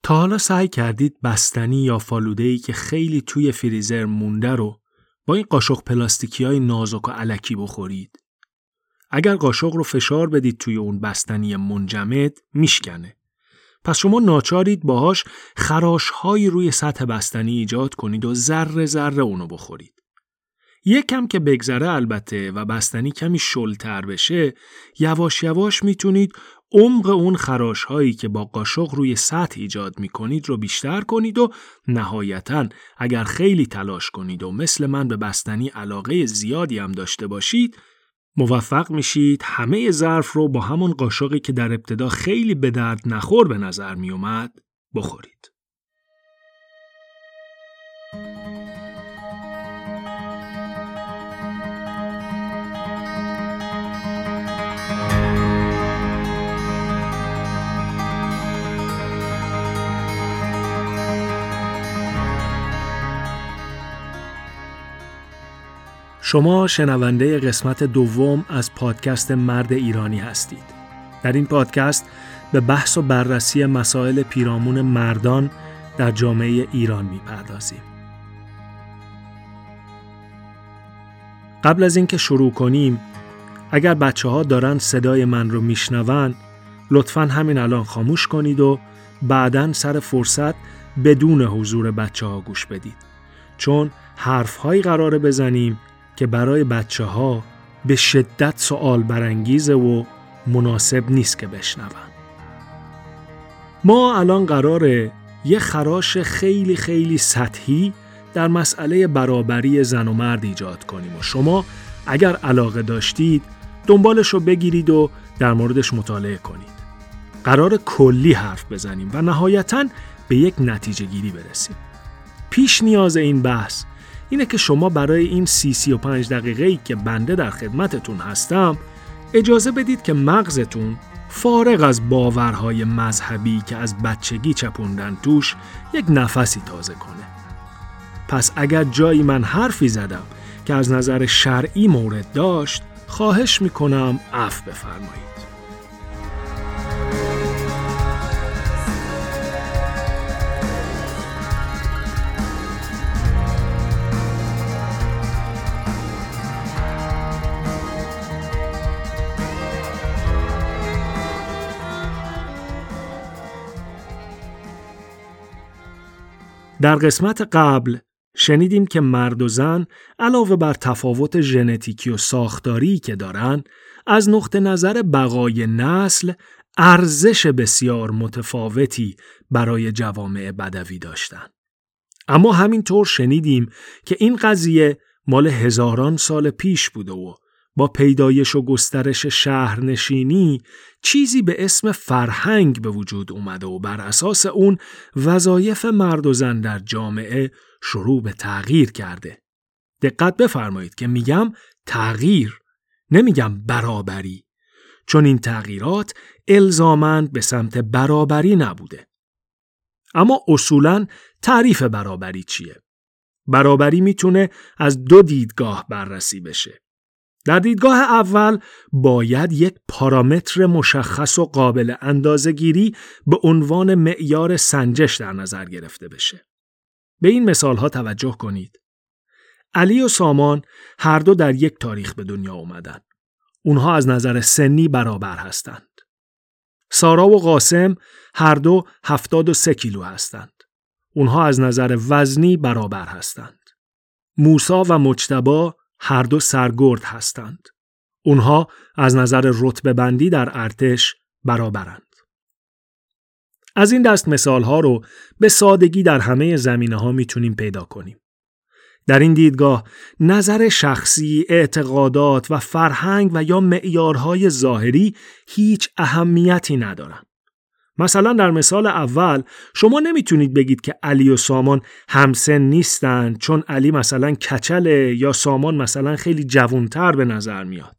تا حالا سعی کردید بستنی یا فالوده‌ای که خیلی توی فریزر مونده رو با این قاشق پلاستیکی‌های نازک و الکی بخورید؟ اگر قاشق رو فشار بدید توی اون بستنی منجمد میشکنه. پس شما ناچارید باهاش خراش‌هایی روی سطح بستنی ایجاد کنید و ذره ذره اونو بخورید. یکم که بگذره البته و بستنی کمی شل‌تر بشه، یواش یواش میتونید عمق اون خراش‌هایی که با قاشق روی سطح ایجاد میکنید رو بیشتر کنید و نهایتاً اگر خیلی تلاش کنید و مثل من به بستنی علاقه زیادی هم داشته باشید، موفق میشید همه ظرف رو با همون قاشقی که در ابتدا خیلی به درد نخور به نظر می اومد بخورید. شما شنونده قسمت دوم از پادکست مرد ایرانی هستید. در این پادکست به بحث و بررسی مسائل پیرامون مردان در جامعه ایران میپردازیم. قبل از اینکه شروع کنیم، اگر بچه‌ها دارن صدای من رو میشنون، لطفاً همین الان خاموش کنید و بعداً سر فرصت بدون حضور بچه‌ها گوش بدید. چون حرف‌هایی قراره بزنیم که برای بچه‌ها به شدت سوال برانگیزه و مناسب نیست که بشنون. ما الان قراره یه خراش خیلی خیلی سطحی در مسئله برابری زن و مرد ایجاد کنیم و شما اگر علاقه داشتید دنبالش رو بگیرید و در موردش مطالعه کنید. قراره کلی حرف بزنیم و نهایتاً به یک نتیجه گیری برسیم. پیش نیاز این بحث اینه که شما برای این 35 دقیقه‌ای که بنده در خدمتتون هستم اجازه بدید که مغزتون فارغ از باورهای مذهبی که از بچگی چپوندن توش یک نفسی تازه کنه. پس اگر جایی من حرفی زدم که از نظر شرعی مورد داشت، خواهش میکنم عفو بفرمایید. در قسمت قبل شنیدیم که مرد و زن علاوه بر تفاوت ژنتیکی و ساختاری که دارن، از نقطه نظر بقای نسل ارزش بسیار متفاوتی برای جوامع بدوی داشتن. اما همینطور شنیدیم که این قضیه مال هزاران سال پیش بوده و با پیدایش و گسترش شهرنشینی چیزی به اسم فرهنگ به وجود اومده و بر اساس اون وظایف مرد و زن در جامعه شروع به تغییر کرده. دقت بفرمایید که میگم تغییر، نمیگم برابری، چون این تغییرات الزاماً به سمت برابری نبوده. اما اصولاً تعریف برابری چیه؟ برابری میتونه از دو دیدگاه بررسی بشه. در دیدگاه اول باید یک پارامتر مشخص و قابل اندازه‌گیری به عنوان معیار سنجش در نظر گرفته بشه. به این مثال‌ها توجه کنید. علی و سامان هر دو در یک تاریخ به دنیا اومدن. اونها از نظر سنی برابر هستند. سارا و قاسم هر دو 73 کیلو هستند. اونها از نظر وزنی برابر هستند. موسی و مجتبی هر دو سرگرد هستند. اونها از نظر رتبه بندی در ارتش برابرند. از این دست مثالها رو به سادگی در همه زمینه‌ها میتونیم پیدا کنیم. در این دیدگاه نظر شخصی، اعتقادات و فرهنگ و یا معیارهای ظاهری هیچ اهمیتی ندارن. مثلا در مثال اول شما نمیتونید بگید که علی و سامان همسن نیستن چون علی مثلا کچله یا سامان مثلا خیلی جوانتر به نظر میاد.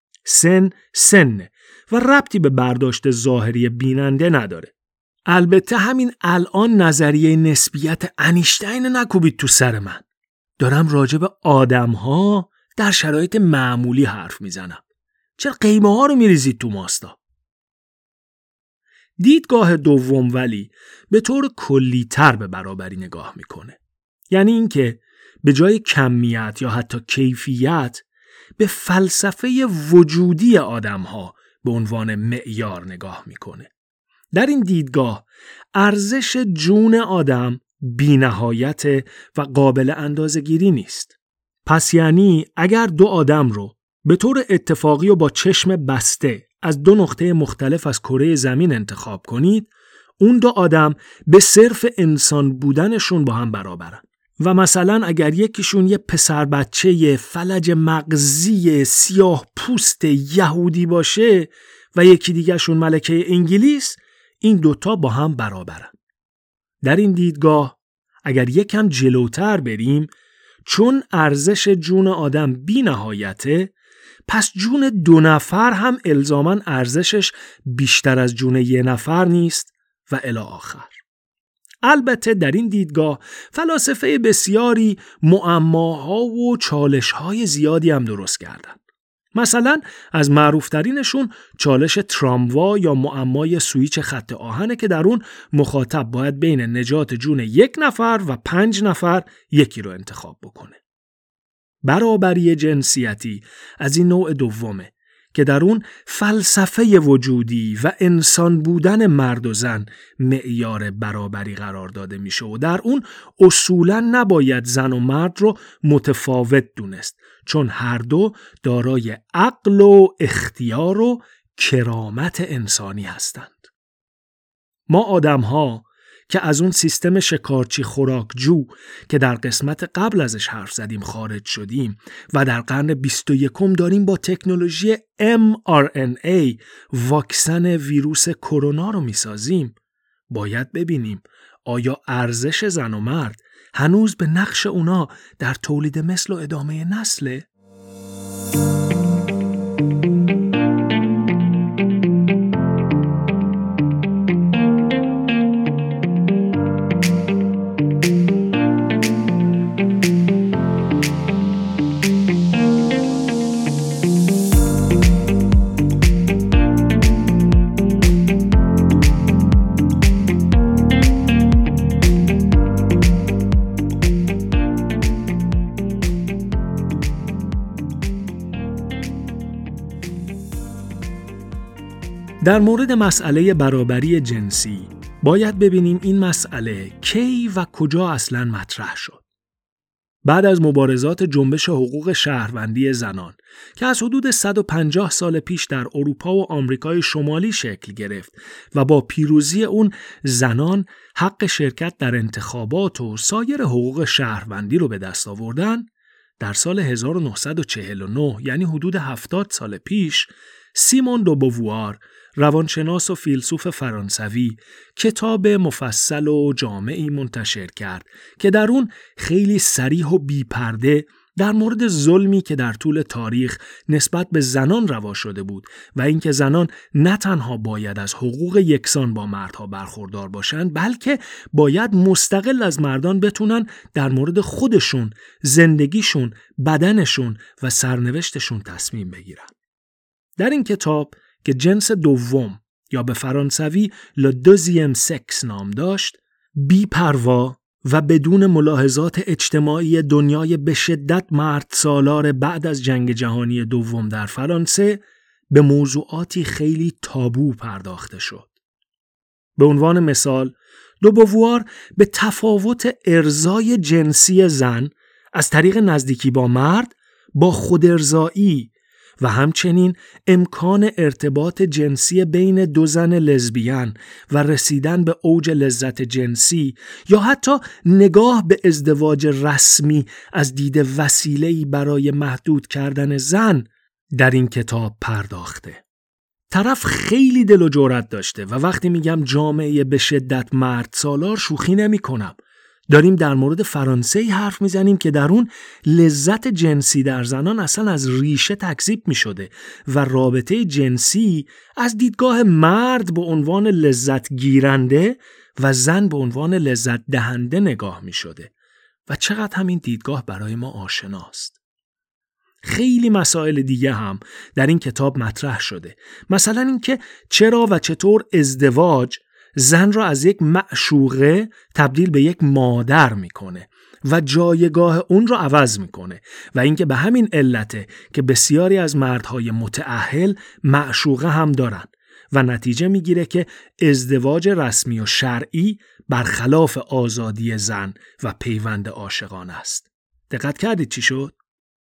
سن و ربطی به برداشت ظاهری بیننده نداره. البته همین الان نظریه نسبیت انیشتین نکوبید تو سر من. دارم راجع به آدم‌ها در شرایط معمولی حرف میزنم. چرا قیمه ها رو میریزید تو ماستا؟ دیدگاه دوم ولی به طور کلی‌تر به برابری نگاه میکنه. یعنی اینکه به جای کمیت یا حتی کیفیت به فلسفه وجودی آدم‌ها به عنوان معیار نگاه میکنه. در این دیدگاه ارزش جون آدم بی‌نهایت و قابل اندازه‌گیری نیست. پس یعنی اگر دو آدم رو به طور اتفاقی و با چشم بسته از دو نقطه مختلف از کره زمین انتخاب کنید، اون دو آدم به صرف انسان بودنشون با هم برابرن. و مثلا اگر یکیشون یه پسر بچه فلج مغزی سیاه پوست یهودی باشه و یکی دیگهشون ملکه انگلیس، این دوتا با هم برابرن. در این دیدگاه اگر یکم جلوتر بریم، چون ارزش جون آدم بی نهایته، پس جون دو نفر هم الزاماً ارزشش بیشتر از جون یه نفر نیست و الی آخر. البته در این دیدگاه فلاسفه بسیاری معماها و چالش‌های زیادی هم درست کردن. مثلا از معروفترینشون چالش تراموا یا معمای سویچ خط آهنه که در اون مخاطب باید بین نجات جون یک نفر و 5 نفر یکی رو انتخاب بکنه. برابری جنسیتی از این نوع دومه که در اون فلسفه وجودی و انسان بودن مرد و زن معیار برابری قرار داده میشه و در اون اصولاً نباید زن و مرد رو متفاوت دونست، چون هر دو دارای عقل و اختیار و کرامت انسانی هستند. ما آدم‌ها که از اون سیستم شکارچی خوراکجو که در قسمت قبل ازش حرف زدیم خارج شدیم و در قرن 21 داریم با تکنولوژی mRNA واکسن ویروس کرونا رو میسازیم، باید ببینیم آیا ارزش زن و مرد هنوز به نقش اونا در تولید مثل و ادامه نسله؟ در مورد مسئله برابری جنسی باید ببینیم این مسئله کی و کجا اصلاً مطرح شد. بعد از مبارزات جنبش حقوق شهروندی زنان که از حدود 150 سال پیش در اروپا و آمریکای شمالی شکل گرفت و با پیروزی اون زنان حق شرکت در انتخابات و سایر حقوق شهروندی رو به دست آوردن، در سال 1949 یعنی حدود 70 سال پیش سیمون دو بووار، روانشناس و فیلسوف فرانسوی، کتاب مفصل و جامعی منتشر کرد که در اون خیلی صریح و بی‌پرده در مورد ظلمی که در طول تاریخ نسبت به زنان روا شده بود و اینکه زنان نه تنها باید از حقوق یکسان با مردها برخوردار باشند، بلکه باید مستقل از مردان بتونن در مورد خودشون، زندگیشون، بدنشون و سرنوشتشون تصمیم بگیرن. در این کتاب که جنس دوم یا به فرانسوی لا دوزیم سکس نام داشت، بی پروا و بدون ملاحظات اجتماعی دنیای به شدت مرد سالار بعد از جنگ جهانی دوم در فرانسه به موضوعاتی خیلی تابو پرداخته شد. به عنوان مثال، دو بووار به تفاوت ارضای جنسی زن از طریق نزدیکی با مرد با خودارضایی و همچنین امکان ارتباط جنسی بین دو زن لزبیان و رسیدن به اوج لذت جنسی یا حتی نگاه به ازدواج رسمی از دید وسیله‌ای برای محدود کردن زن در این کتاب پرداخته. طرف خیلی دل و جرأت داشته و وقتی میگم جامعه به شدت مرد سالار شوخی نمی کنم. داریم در مورد فرانسه‌ای حرف میزنیم که در اون لذت جنسی در زنان اصلا از ریشه تکذیب میشده و رابطه جنسی از دیدگاه مرد به عنوان لذت گیرنده و زن به عنوان لذت دهنده نگاه میشده و چقدر همین دیدگاه برای ما آشناست. خیلی مسائل دیگه هم در این کتاب مطرح شده. مثلا اینکه چرا و چطور ازدواج زن را از یک معشوقه تبدیل به یک مادر میکنه و جایگاه اون رو عوض میکنه و اینکه به همین علته که بسیاری از مردهای متأهل معشوقه هم دارن و نتیجه میگیره که ازدواج رسمی و شرعی برخلاف آزادی زن و پیوند عاشقانه است. دقت کردید چی شد؟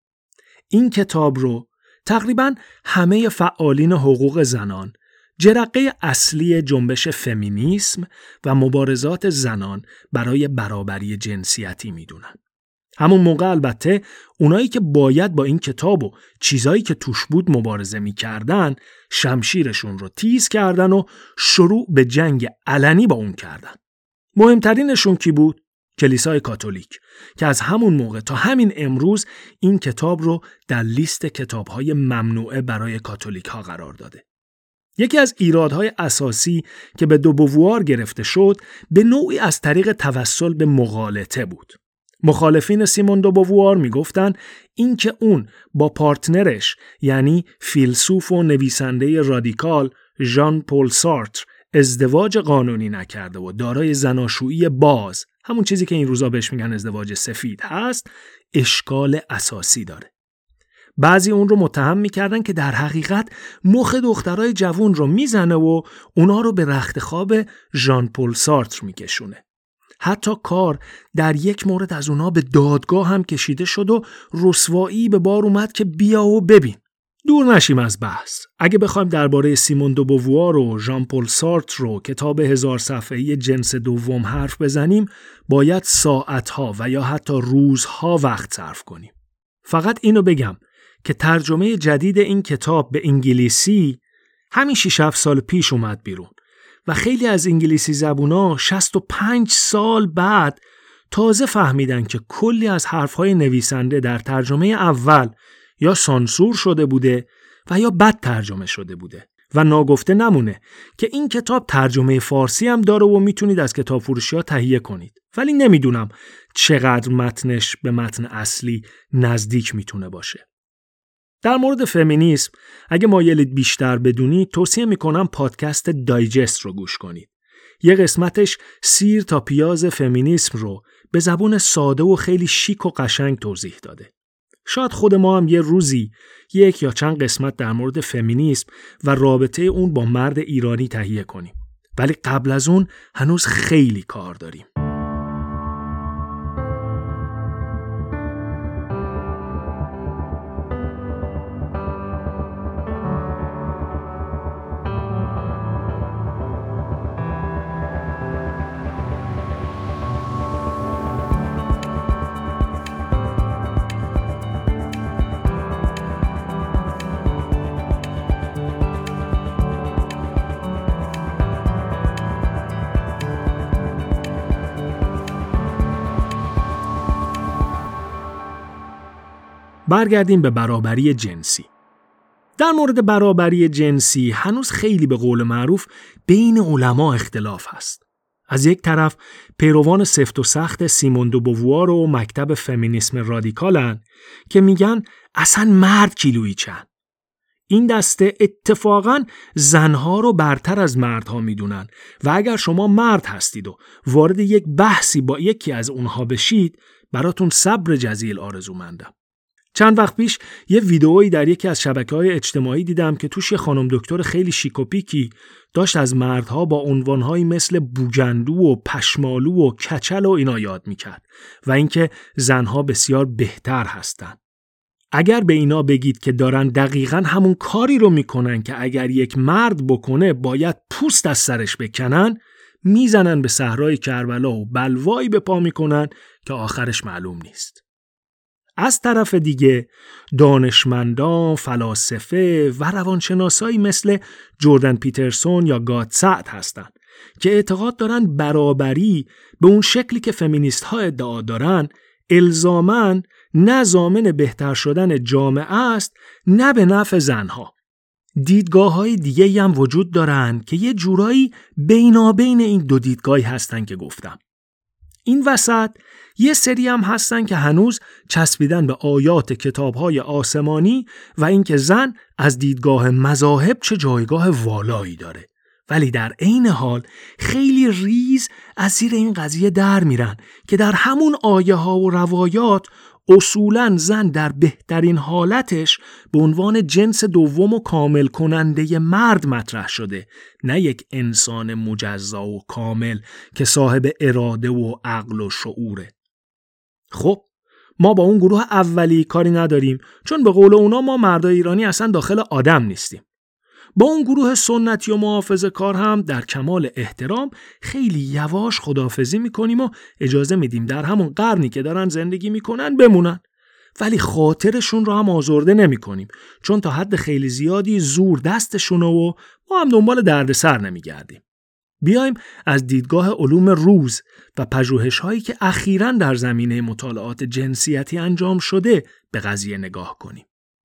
این کتاب رو تقریباً همه فعالین حقوق زنان جرقه اصلی جنبش فمینیسم و مبارزات زنان برای برابری جنسیتی میدونن. همون موقع البته اونایی که باید با این کتاب و چیزایی که توش بود مبارزه میکردن شمشیرشون رو تیز کردن و شروع به جنگ علنی با اون کردن. مهمترینشون کی بود؟ کلیسای کاتولیک که از همون موقع تا همین امروز این کتاب رو در لیست کتاب‌های ممنوعه برای کاتولیک ها قرار داده. یکی از ایرادهای اساسی که به دو بووار گرفته شد به نوعی از طریق توسل به مغالطه بود. مخالفین سیمون دو بووار میگفتن این که اون با پارتنرش یعنی فیلسوف و نویسنده رادیکال ژان پل سارتر ازدواج قانونی نکرده و دارای زناشویی باز، همون چیزی که این روزا بهش میگن ازدواج سفید هست، اشکال اساسی داره. بعضی اون رو متهم میکردن که در حقیقت مخ دخترای جوون رو میزنه و اونا رو به رخت خواب ژان پل سارتر میکشونه. حتی کار در یک مورد از اونا به دادگاه هم کشیده شد و رسوایی به بار اومد که بیا و ببین. دور نشیم از بحث. اگه بخوایم درباره سیمون دو بووار و ژان پل سارتر رو کتاب 1000 صفحه‌ای جنس دوم حرف بزنیم، باید ساعتها و یا حتی روزها وقت صرف کنیم. فقط اینو بگم که ترجمه جدید این کتاب به انگلیسی همین 6-7 سال پیش اومد بیرون و خیلی از انگلیسی زبونا 65 سال بعد تازه فهمیدن که کلی از حرفهای نویسنده در ترجمه اول یا سانسور شده بوده و یا بد ترجمه شده بوده. و ناگفته نمونه که این کتاب ترجمه فارسی هم داره و میتونید از کتاب فروشی ها تهیه کنید. ولی نمیدونم چقدر متنش به متن اصلی نزدیک میتونه باشه. در مورد فمینیسم اگه مایلید بیشتر بدونید توصیه میکنم پادکست دایجست رو گوش کنید. یه قسمتش سیر تا پیاز فمینیسم رو به زبون ساده و خیلی شیک و قشنگ توضیح داده. شاید خود ما هم یه روزی یک یا چند قسمت در مورد فمینیسم و رابطه اون با مرد ایرانی تهیه کنیم. ولی قبل از اون هنوز خیلی کار داریم. برگردیم به برابری جنسی. در مورد برابری جنسی هنوز خیلی به قول معروف بین علما اختلاف هست. از یک طرف پیروان سفت و سخت سیمون دو بووار و مکتب فمینیسم رادیکالن که میگن اصلا مرد کیلویی چند. این دسته اتفاقاً زنها رو برتر از مردها میدونن و اگر شما مرد هستید و وارد یک بحثی با یکی از اونها بشید براتون صبر جزیل آرزومندم. چند وقت پیش یه ویدئویی در یکی از شبکه‌های اجتماعی دیدم که توش یه خانم دکتر خیلی شیک و پیکی داشت از مردها با عنوانهایی مثل بوگندو و پشمالو و کچل و اینا یاد میکرد و اینکه زنها بسیار بهتر هستن. اگر به اینا بگید که دارن دقیقاً همون کاری رو میکنن که اگر یک مرد بکنه باید پوست از سرش بکنن، میزنن به صحرای کربلا و بلوایی به پا میکنن که آخرش معلوم نیست. از طرف دیگه دانشمندان، فلاسفه و روانشناسایی مثل جردن پیترسون یا گاتسعد هستن که اعتقاد دارن برابری به اون شکلی که فمینیست ها ادعا دارن الزاماً نه ضامن بهتر شدن جامعه است نه به نفع زنها. دیدگاه‌های دیگه‌ای هم وجود دارن که یه جورایی بینابین این دو دیدگاهی هستن که گفتم. این وسط یه سری هم هستن که هنوز چسبیدن به آیات کتاب‌های آسمانی و اینکه زن از دیدگاه مذاهب چه جایگاه والایی داره. ولی در عین حال خیلی ریز از زیر این قضیه در میرن که در همون آیه ها و روایات اصولاً زن در بهترین حالتش به عنوان جنس دوم و کامل کننده مرد مطرح شده، نه یک انسان مجزا و کامل که صاحب اراده و عقل و شعوره. خب ما با اون گروه اولی کاری نداریم، چون به قول اونا ما مردای ایرانی اصلا داخل آدم نیستیم. با اون گروه سنتی و محافظه‌کار هم در کمال احترام خیلی یواش خداحافظی میکنیم و اجازه میدیم در همون قرنی که دارن زندگی میکنن بمونن. ولی خاطرشون رو هم آزرده نمیکنیم، چون تا حد خیلی زیادی زور دستشونه و ما هم دنبال دردسر نمیگردیم. بیایم از دیدگاه علوم روز و پژوهش‌هایی که اخیراً در زمینه مطالعات جنسیتی انجام شده به قضیه نگاه کنیم.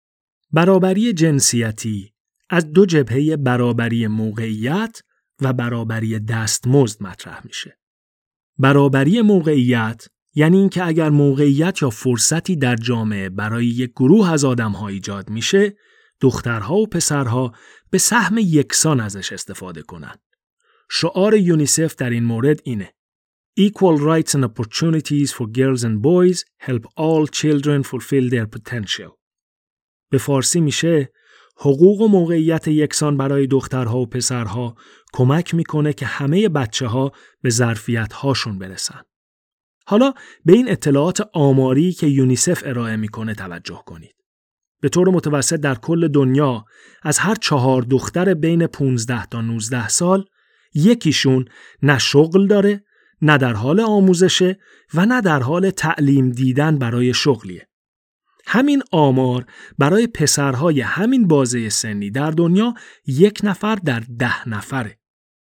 برابری جنسیتی از دو جبهه برابری موقعیت و برابری دستمزد مطرح میشه. برابری موقعیت یعنی اینکه اگر موقعیت یا فرصتی در جامعه برای یک گروه از آدم‌ها ایجاد میشه، دخترها و پسرها به سهم یکسان ازش استفاده کنن. شعار یونیسف در این مورد اینه: Equal rights and opportunities for girls and boys help all children fulfill their potential. به فارسی میشه حقوق و موقعیت یکسان برای دخترها و پسرها کمک میکنه که همه بچه‌ها به ظرفیت‌هاشون برسن. حالا به این اطلاعات آماری که یونیسف ارائه میکنه توجه کنید. به طور متوسط در کل دنیا از هر 4 دختر بین 15 تا 19 سال یکیشون نه شغل داره، نه در حال آموزشه و نه در حال تعلیم دیدن برای شغلیه. همین آمار برای پسرهای همین بازه سنی در دنیا 1 نفر در 10 نفره.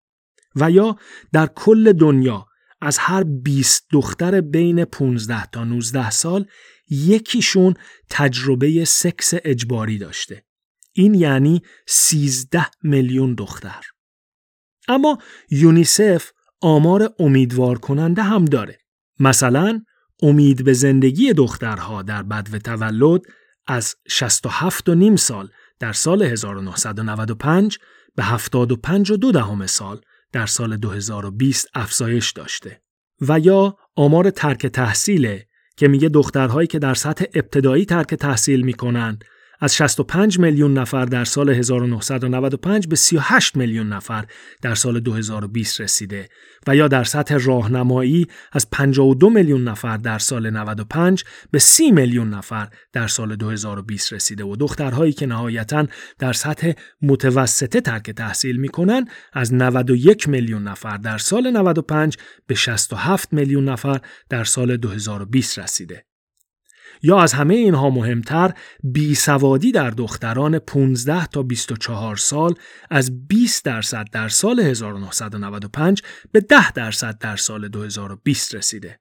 و یا در کل دنیا از هر 20 دختر بین 15 تا 19 سال یکیشون تجربه سکس اجباری داشته. این یعنی 13 میلیون دختر. اما یونیسف آمار امیدوار کننده هم داره. مثلا امید به زندگی دخترها در بدو تولد از 67.5 سال در سال 1995 به 75.2 سال در سال 2020 افزایش داشته. و یا آمار ترک تحصیله که میگه دخترهایی که در سطح ابتدایی ترک تحصیل میکنن از 65 میلیون نفر در سال 1995 به 38 میلیون نفر در سال 2020 رسیده و یا در سطح راهنمایی از 52 میلیون نفر در سال 95 به 30 میلیون نفر در سال 2020 رسیده و دخترهایی که نهایتاً در سطح متوسطه ترک تحصیل میکنن از 91 میلیون نفر در سال 95 به 67 میلیون نفر در سال 2020 رسیده. یا از همه اینها مهمتر بیسوادی در دختران 15 تا 24 سال از 20% در سال 1995 به 10% در سال 2020 رسیده.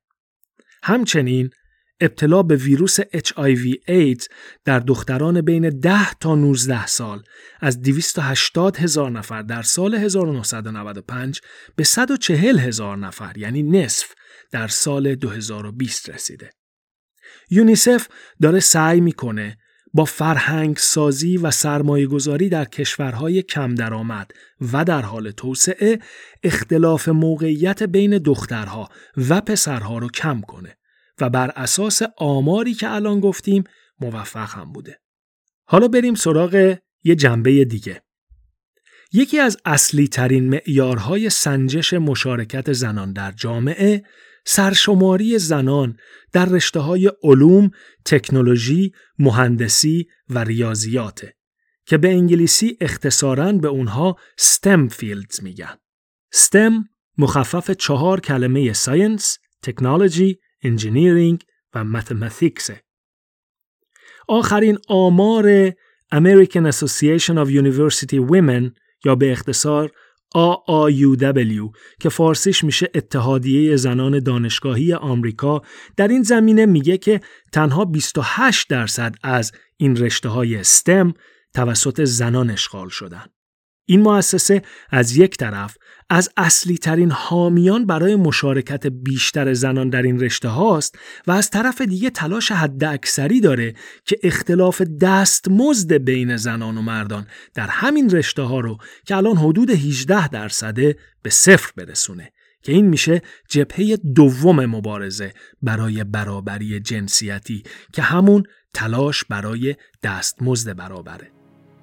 همچنین ابتلا به ویروس HIV AIDS در دختران بین 10 تا 19 سال از 280,000 نفر در سال 1995 به 140,000 نفر یعنی نصف در سال 2020 رسیده. یونیسف داره سعی میکنه با فرهنگ سازی و سرمایه گذاری در کشورهای کم درآمد و در حال توسعه اختلاف موقعیت بین دخترها و پسرها رو کم کنه و بر اساس آماری که الان گفتیم موفق هم بوده. حالا بریم سراغ یه جنبه دیگه. یکی از اصلی ترین معیارهای سنجش مشارکت زنان در جامعه سرشماری زنان در رشته‌های علوم، تکنولوژی، مهندسی و ریاضیاته که به انگلیسی اختصاراً به اونها STEM fields میگن. STEM مخفف 4 کلمه Science، Technology، Engineering و Mathematics. آخرین آمار American Association of University Women یا به اختصار AAUW که فارسیش میشه اتحادیه زنان دانشگاهی آمریکا در این زمینه میگه که تنها 28% از این رشته‌های STEM توسط زنان اشغال شدن. این مؤسسه از یک طرف از اصلی ترین حامیان برای مشارکت بیشتر زنان در این رشته هاست و از طرف دیگه تلاش حد اکثری داره که اختلاف دستمزد بین زنان و مردان در همین رشته ها رو که الان حدود 18% به 0 برسونه که این میشه جبهه دوم مبارزه برای برابری جنسیتی که همون تلاش برای دستمزد برابره.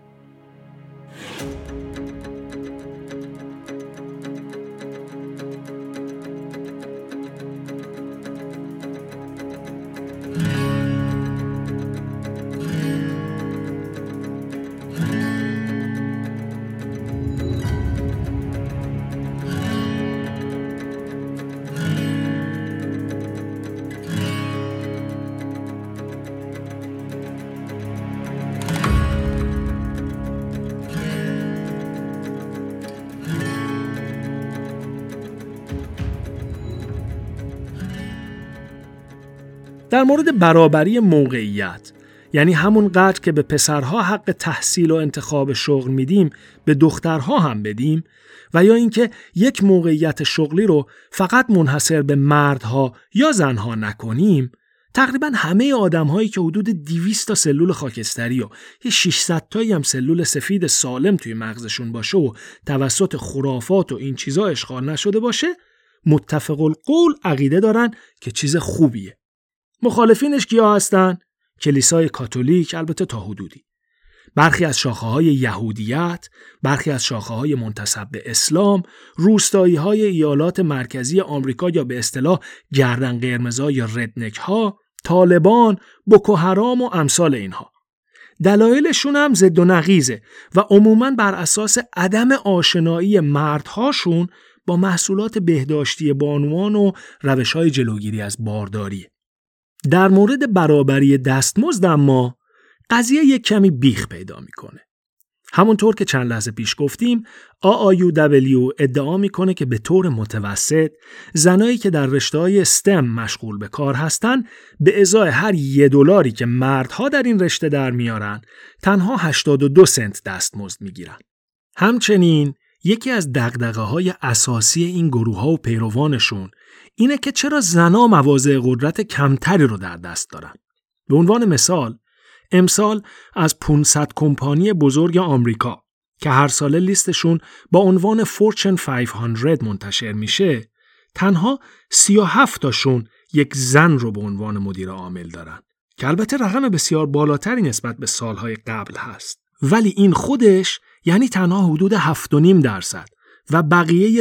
در مورد برابری موقعیت، یعنی همون قدر که به پسرها حق تحصیل و انتخاب شغل میدیم به دخترها هم بدیم، و یا اینکه یک موقعیت شغلی رو فقط منحصر به مردها یا زنها نکنیم، تقریبا همه آدم‌هایی که حدود 200 تا سلول خاکستری و یه 600 تایی هم سلول سفید سالم توی مغزشون باشه و توسط خرافات و این چیزا اشغال نشده باشه، متفق القول عقیده دارن که چیز خوبیه. مخالفینش کیا هستن؟ کلیسای کاتولیک، البته تا حدودی. برخی از شاخه‌های یهودیت، برخی از شاخه‌های منتسب به اسلام، روستایی‌های ایالات مرکزی آمریکا یا به اصطلاح گردن قرمزا یا ردنک‌ها، طالبان، بوکو حرام و امثال اینها. دلایلشون هم ضد و نقیضه و عموماً بر اساس عدم آشنایی مردهاشون با محصولات بهداشتی بانوان و روش‌های جلوگیری از بارداری. در مورد برابری دستمزد اما قضیه یک کمی بیخ پیدا میکنه. همونطور که چند لحظه پیش گفتیم، AIUW ادعا میکنه که به طور متوسط زنایی که در رشته‌های STEM مشغول به کار هستن به ازای هر $1 که مردها در این رشته در میارن تنها 82 سنت دستمزد میگیرن. همچنین یکی از دغدغه‌های اساسی این گروه‌ها و پیروانشون اینه که چرا زن‌ها مواضع قدرت کمتری رو در دست دارن. به عنوان مثال، امسال از 500 کمپانی بزرگ آمریکا که هر ساله لیستشون با عنوان فورچن 500 منتشر میشه، تنها 37 تاشون یک زن رو به عنوان مدیر عامل دارن که البته رقم بسیار بالاتری نسبت به سالهای قبل هست. ولی این خودش یعنی تنها حدود 7.5% و بقیه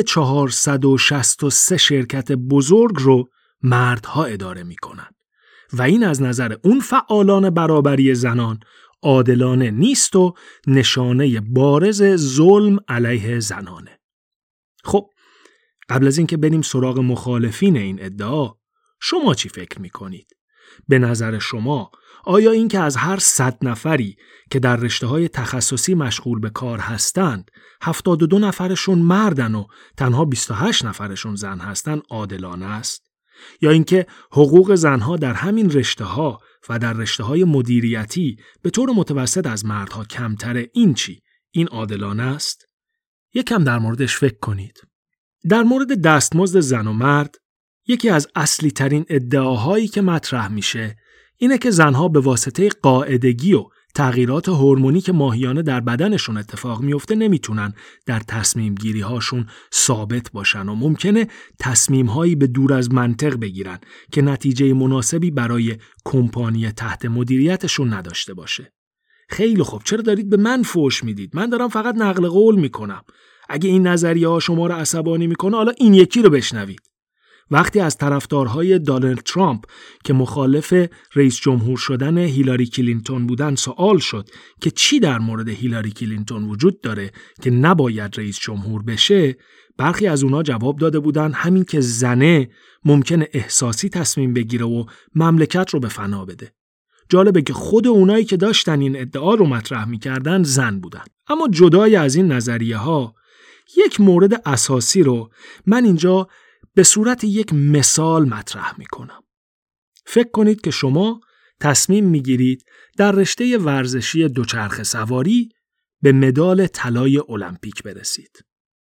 463 شرکت بزرگ رو مردها اداره میکنن و این از نظر اون فعالان برابری زنان عادلانه نیست و نشانه بارز ظلم علیه زنانه. خب قبل از اینکه بریم سراغ مخالفین این ادعا، شما چی فکر میکنید؟ به نظر شما آیا این که از هر 100 نفری که در رشته‌های تخصصی مشغول به کار هستند 72 نفرشون مردن و تنها 28 نفرشون زن هستن عادلانه است؟ یا اینکه حقوق زنها در همین رشته‌ها و در رشته‌های مدیریتی به طور متوسط از مردها کمتره، این چی؟ این عادلانه است؟ یکم در موردش فکر کنید. در مورد دستمزد زن و مرد، یکی از اصلی ترین ادعاهایی که مطرح میشه اینه که زنها به واسطه قاعدگی و تغییرات هورمونی که ماهیانه در بدنشون اتفاق میفته نمیتونن در تصمیم گیری هاشون ثابت باشن و ممکنه تصمیم هایی به دور از منطق بگیرن که نتیجه مناسبی برای کمپانی تحت مدیریتشون نداشته باشه. خیلی خوب، چرا دارید به من فحش میدید؟ من دارم فقط نقل قول میکنم. اگه این نظریه ها شما رو عصبانی میکنه، حالا این یکی رو بشنوید. وقتی از طرفدارهای دونالد ترامپ که مخالف رئیس جمهور شدن هیلاری کلینتون بودن سوال شد که چی در مورد هیلاری کلینتون وجود داره که نباید رئیس جمهور بشه، برخی از اونا جواب داده بودن همین که زنه ممکنه احساسی تصمیم بگیره و مملکت رو به فنا بده. جالبه که خود اونایی که داشتن این ادعا رو مطرح می‌کردن زن بودن. اما جدای از این نظریه ها، یک مورد اساسی رو من اینجا به صورت یک مثال مطرح میکنم. فکر کنید که شما تصمیم میگیرید در رشته ورزشی دوچرخه سواری به مدال طلای المپیک برسید.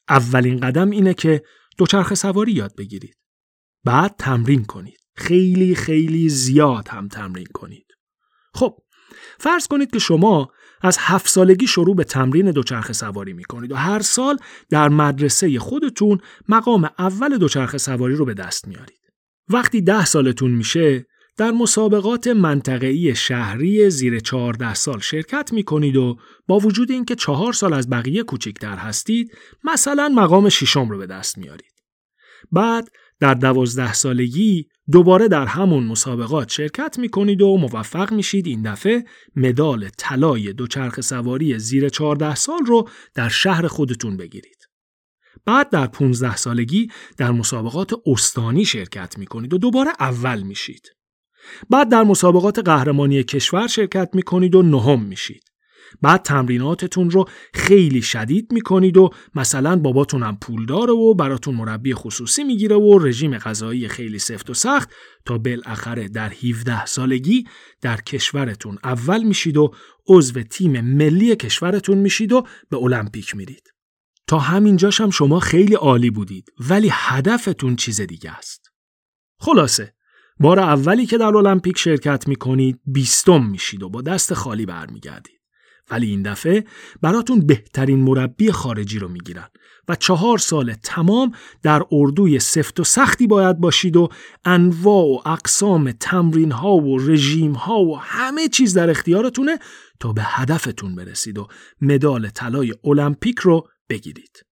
اولین قدم اینه که دوچرخه سواری یاد بگیرید. بعد تمرین کنید. خیلی خیلی زیاد هم تمرین کنید. خب فرض کنید که شما از 7 سالگی شروع به تمرین دوچرخه سواری میکنید و هر سال در مدرسه خودتون مقام اول دوچرخه سواری رو به دست میارید. وقتی 10 سالتون میشه در مسابقات منطقه‌ای شهری زیر 14 سال شرکت میکنید و با وجود اینکه 4 سال از بقیه کوچکتر هستید مثلا مقام 6 رو به دست میارید. بعد در 12 سالگی دوباره در همون مسابقات شرکت میکنید و موفق میشید این دفعه مدال طلای دوچرخه سواری زیر 14 سال رو در شهر خودتون بگیرید. بعد در 15 سالگی در مسابقات استانی شرکت میکنید و دوباره اول میشید. بعد در مسابقات قهرمانی کشور شرکت میکنید و 9 میشید. بعد تمریناتتون رو خیلی شدید میکنید و مثلا باباتونم پول داره و براتون مربی خصوصی میگیره و رژیم غذایی خیلی سفت و سخت تا بالاخره در 17 سالگی در کشورتون اول میشید و عضو تیم ملی کشورتون میشید و به المپیک میرید. تا همینجاش هم شما خیلی عالی بودید ولی هدفتون چیز دیگه است. خلاصه بار اولی که در المپیک شرکت میکنید 20م میشید و با دست خالی برمیگردید. ولی این دفعه براتون بهترین مربی خارجی رو میگیرن و 4 سال تمام در اردوی سفت و سختی باید باشید و انواع و اقسام تمرین ها و رژیم ها و همه چیز در اختیارتونه تا به هدفتون برسید و مدال طلای المپیک رو بگیرید.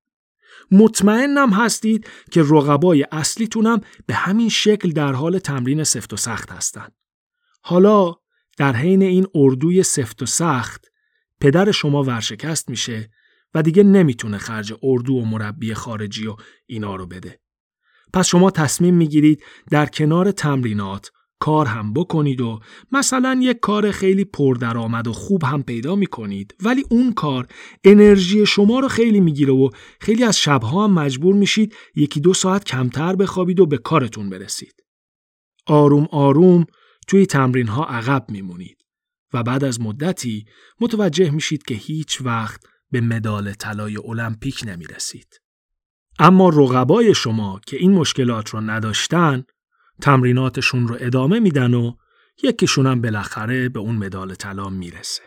مطمئنم هستید که رقبای اصلیتونم به همین شکل در حال تمرین سفت و سخت هستن. حالا در حین این اردوی سفت و سخت پدر شما ورشکست میشه و دیگه نمیتونه خرج اردو و مربی خارجی و اینا رو بده. پس شما تصمیم میگیرید در کنار تمرینات کار هم بکنید و مثلا یک کار خیلی پردرآمد و خوب هم پیدا میکنید ولی اون کار انرژی شما رو خیلی میگیره و خیلی از شبها هم مجبور میشید 1-2 ساعت کمتر بخوابید و به کارتون برسید. آروم آروم توی تمرین ها عقب میمونید و بعد از مدتی متوجه میشید که هیچ وقت به مدال طلای المپیک نمیرسید. اما رقبای شما که این مشکلات رو نداشتن تمریناتشون رو ادامه میدن و یکیشون هم بالاخره به اون مدال طلا میرسه.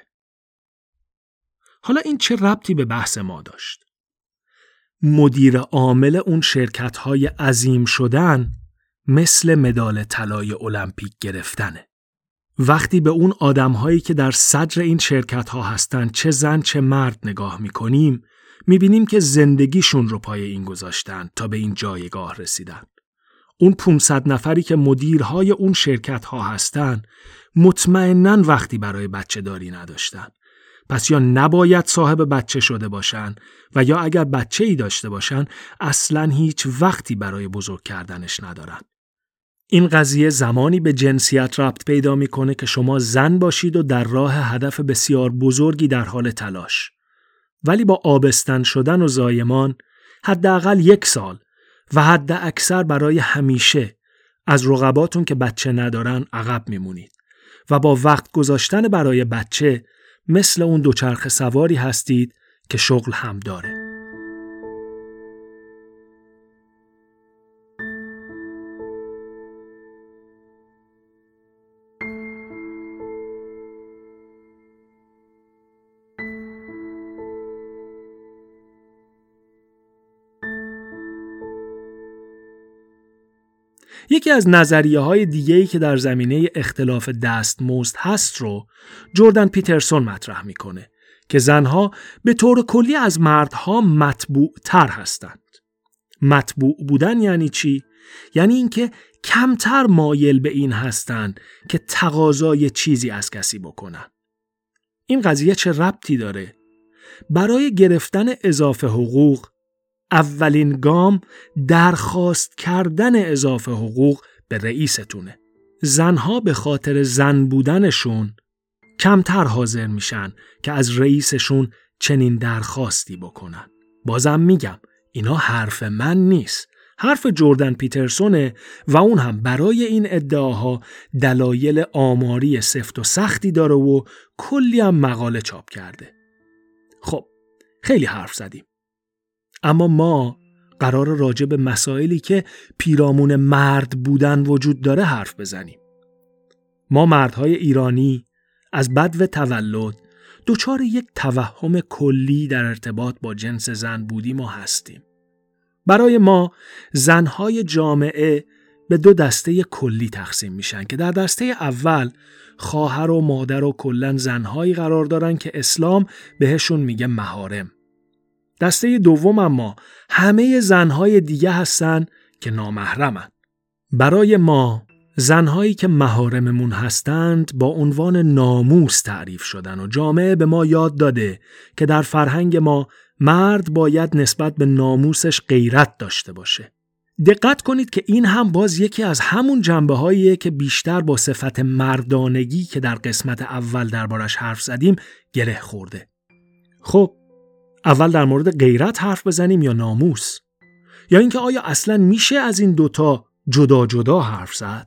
حالا این چه ربطی به بحث ما داشت؟ مدیر عامل اون شرکت‌های عظیم شدن مثل مدال طلای المپیک گرفتنه. وقتی به اون آدم‌هایی که در صدر این شرکت‌ها هستن چه زن چه مرد نگاه می‌کنیم می‌بینیم که زندگیشون رو پای این گذاشتن تا به این جایگاه رسیدن. اون 500 نفری که مدیرهای اون شرکت‌ها هستن مطمئناً وقتی برای بچه داری نداشتن. پس یا نباید صاحب بچه شده باشن و یا اگر بچه‌ای داشته باشن اصلاً هیچ وقتی برای بزرگ کردنش ندارن. این قضیه زمانی به جنسیت ربط پیدا میکنه که شما زن باشید و در راه هدف بسیار بزرگی در حال تلاش. ولی با آبستن شدن و زایمان حداقل 1 سال و حد اکثر برای همیشه از رقباتون که بچه ندارن عقب میمونید و با وقت گذاشتن برای بچه مثل اون دوچرخه سواری هستید که شغل هم داره. یکی از نظریه‌های دیگه‌ای که در زمینه اختلاف دستمزد هست رو جردن پیترسون مطرح میکنه که زنها به طور کلی از مردها مطبوع تر هستند. مطبوع بودن یعنی چی؟ یعنی اینکه کمتر مایل به این هستند که تقاضای چیزی از کسی بکنن. این قضیه چه ربطی داره؟ برای گرفتن اضافه حقوق اولین گام درخواست کردن اضافه حقوق به رئیستونه. زنها به خاطر زن بودنشون کمتر حاضر میشن که از رئیسشون چنین درخواستی بکنن. بازم میگم اینا حرف من نیست. حرف جردن پیترسونه و اون هم برای این ادعاها دلایل آماری سفت و سختی داره و کلی هم مقاله چاپ کرده. خب خیلی حرف زدیم. اما ما قرار راجع به مسائلی که پیرامون مرد بودن وجود داره حرف بزنیم. ما مردهای ایرانی از بدو تولد دچار یک توهم کلی در ارتباط با جنس زن بودیم و هستیم. برای ما زنهای جامعه به دو دسته کلی تقسیم میشن که در دسته اول خواهر و مادر و کلن زنهایی قرار دارن که اسلام بهشون میگه محارم. دسته دوم اما همه زنهای دیگه هستن که نامحرمن. برای ما زنهایی که محارممون هستند با عنوان ناموس تعریف شدن و جامعه به ما یاد داده که در فرهنگ ما مرد باید نسبت به ناموسش غیرت داشته باشه. دقت کنید که این هم باز یکی از همون جنبه‌هاییه که بیشتر با صفت مردانگی که در قسمت اول دربارش حرف زدیم گره خورده. خب اول در مورد غیرت حرف بزنیم یا ناموس؟ یا اینکه آیا اصلاً میشه از این دوتا جدا جدا حرف زد؟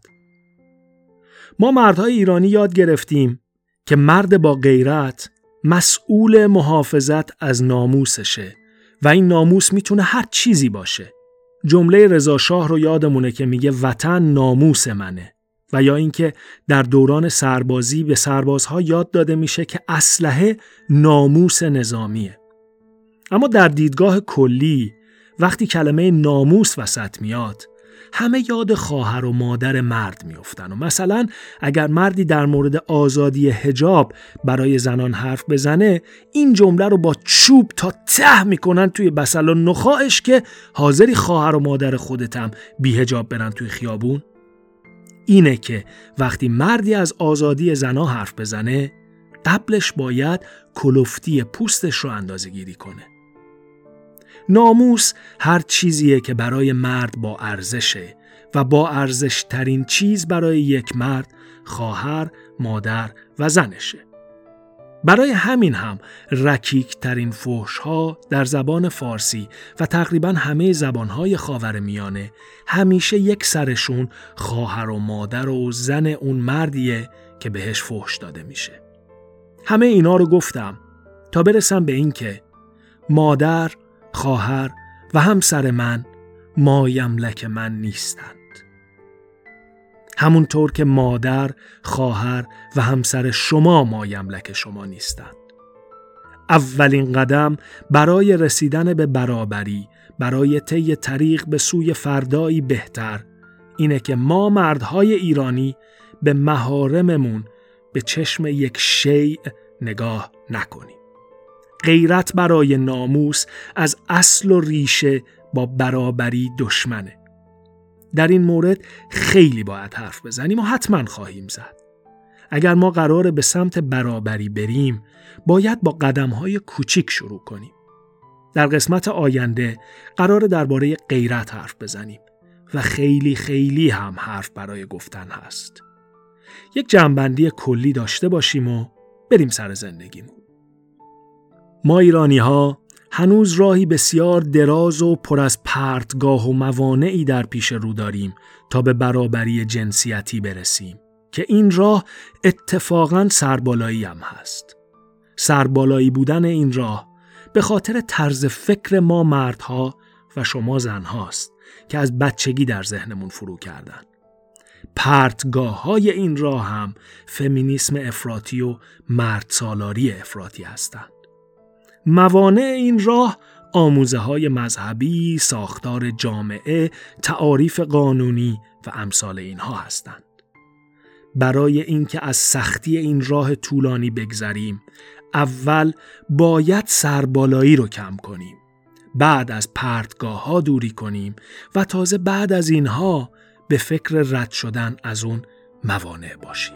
ما مردهای ایرانی یاد گرفتیم که مرد با غیرت مسئول محافظت از ناموسشه و این ناموس میتونه هر چیزی باشه. جمله رضا شاه رو یادمونه که میگه وطن ناموس منه، و یا اینکه در دوران سربازی به سربازها یاد داده میشه که اسلحه ناموس نظامیه. اما در دیدگاه کلی وقتی کلمه ناموس وسط میاد همه یاد خواهر و مادر مرد میافتن و مثلا اگر مردی در مورد آزادی حجاب برای زنان حرف بزنه این جمله رو با چوب تا ته میکنن توی بسل و نخاعش که حاضری خواهر و مادر خودتم بی حجاب برن توی خیابون. اینه که وقتی مردی از آزادی زنان حرف بزنه قبلش باید کلفتی پوستش رو اندازه گیری کنه. ناموس هر چیزیه که برای مرد با ارزشه و با ارزش ترین چیز برای یک مرد خواهر، مادر و زنشه. برای همین هم رکیک ترین فحش ها در زبان فارسی و تقریبا همه زبانهای خاورمیانه همیشه یک سرشون خواهر و مادر و زن اون مردیه که بهش فحش داده میشه. همه اینا رو گفتم تا برسم به این که مادر، خواهر و همسر من مایملک من نیستند. همونطور که مادر، خواهر و همسر شما مایملک شما نیستند. اولین قدم برای رسیدن به برابری، برای طی طریق به سوی فردایی بهتر، اینه که ما مردهای ایرانی به محارممون به چشم یک شیء نگاه نکنیم. غیرت برای ناموس از اصل و ریشه با برابری دشمنه. در این مورد خیلی باید حرف بزنیم و حتما خواهیم زد. اگر ما قراره به سمت برابری بریم باید با قدم‌های کوچیک شروع کنیم. در قسمت آینده قراره درباره غیرت حرف بزنیم و خیلی خیلی هم حرف برای گفتن هست. یک جمع‌بندی کلی داشته باشیم و بریم سر زندگیمون. ما ایرانی ها هنوز راهی بسیار دراز و پر از پرتگاه و موانعی در پیش رو داریم تا به برابری جنسیتی برسیم که این راه اتفاقاً سربالایی هم هست. سربالایی بودن این راه به خاطر طرز فکر ما مردها و شما زنهاست که از بچگی در ذهنمون فرو کردن. پرتگاه های این راه هم فمینیسم افراطی و مرد سالاری افراطی هستند. موانع این راه آموزه های مذهبی، ساختار جامعه، تعاریف قانونی و امثال اینها هستند. برای اینکه از سختی این راه طولانی بگذریم، اول باید سربالایی رو کم کنیم. بعد از پرتگاه ها دوری کنیم و تازه بعد از اینها به فکر رد شدن از اون موانع باشیم.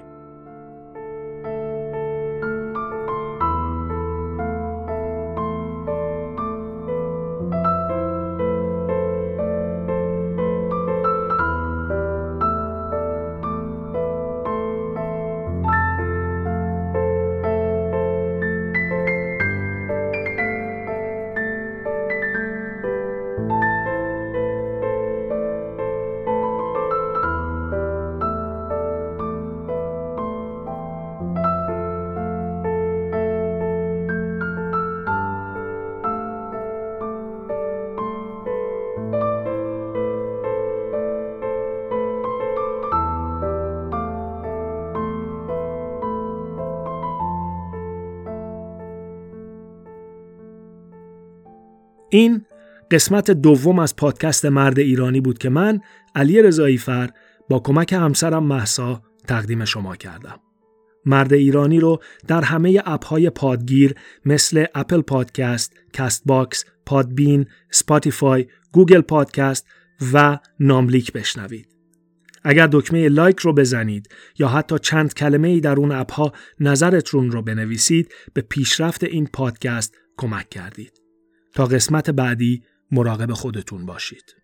این قسمت دوم از پادکست مرد ایرانی بود که من علی رضایی‌فر با کمک همسرم مهسا تقدیم شما کردم. مرد ایرانی رو در همه اپ‌های پادگیر مثل اپل پادکست، کست باکس، پادبین، اسپاتیفای، گوگل پادکست و ناملیک بشنوید. اگر دکمه لایک رو بزنید یا حتی چند کلمه‌ای در اون اپ‌ها نظرتون رو بنویسید، به پیشرفت این پادکست کمک کردید. تا قسمت بعدی مراقب خودتون باشید.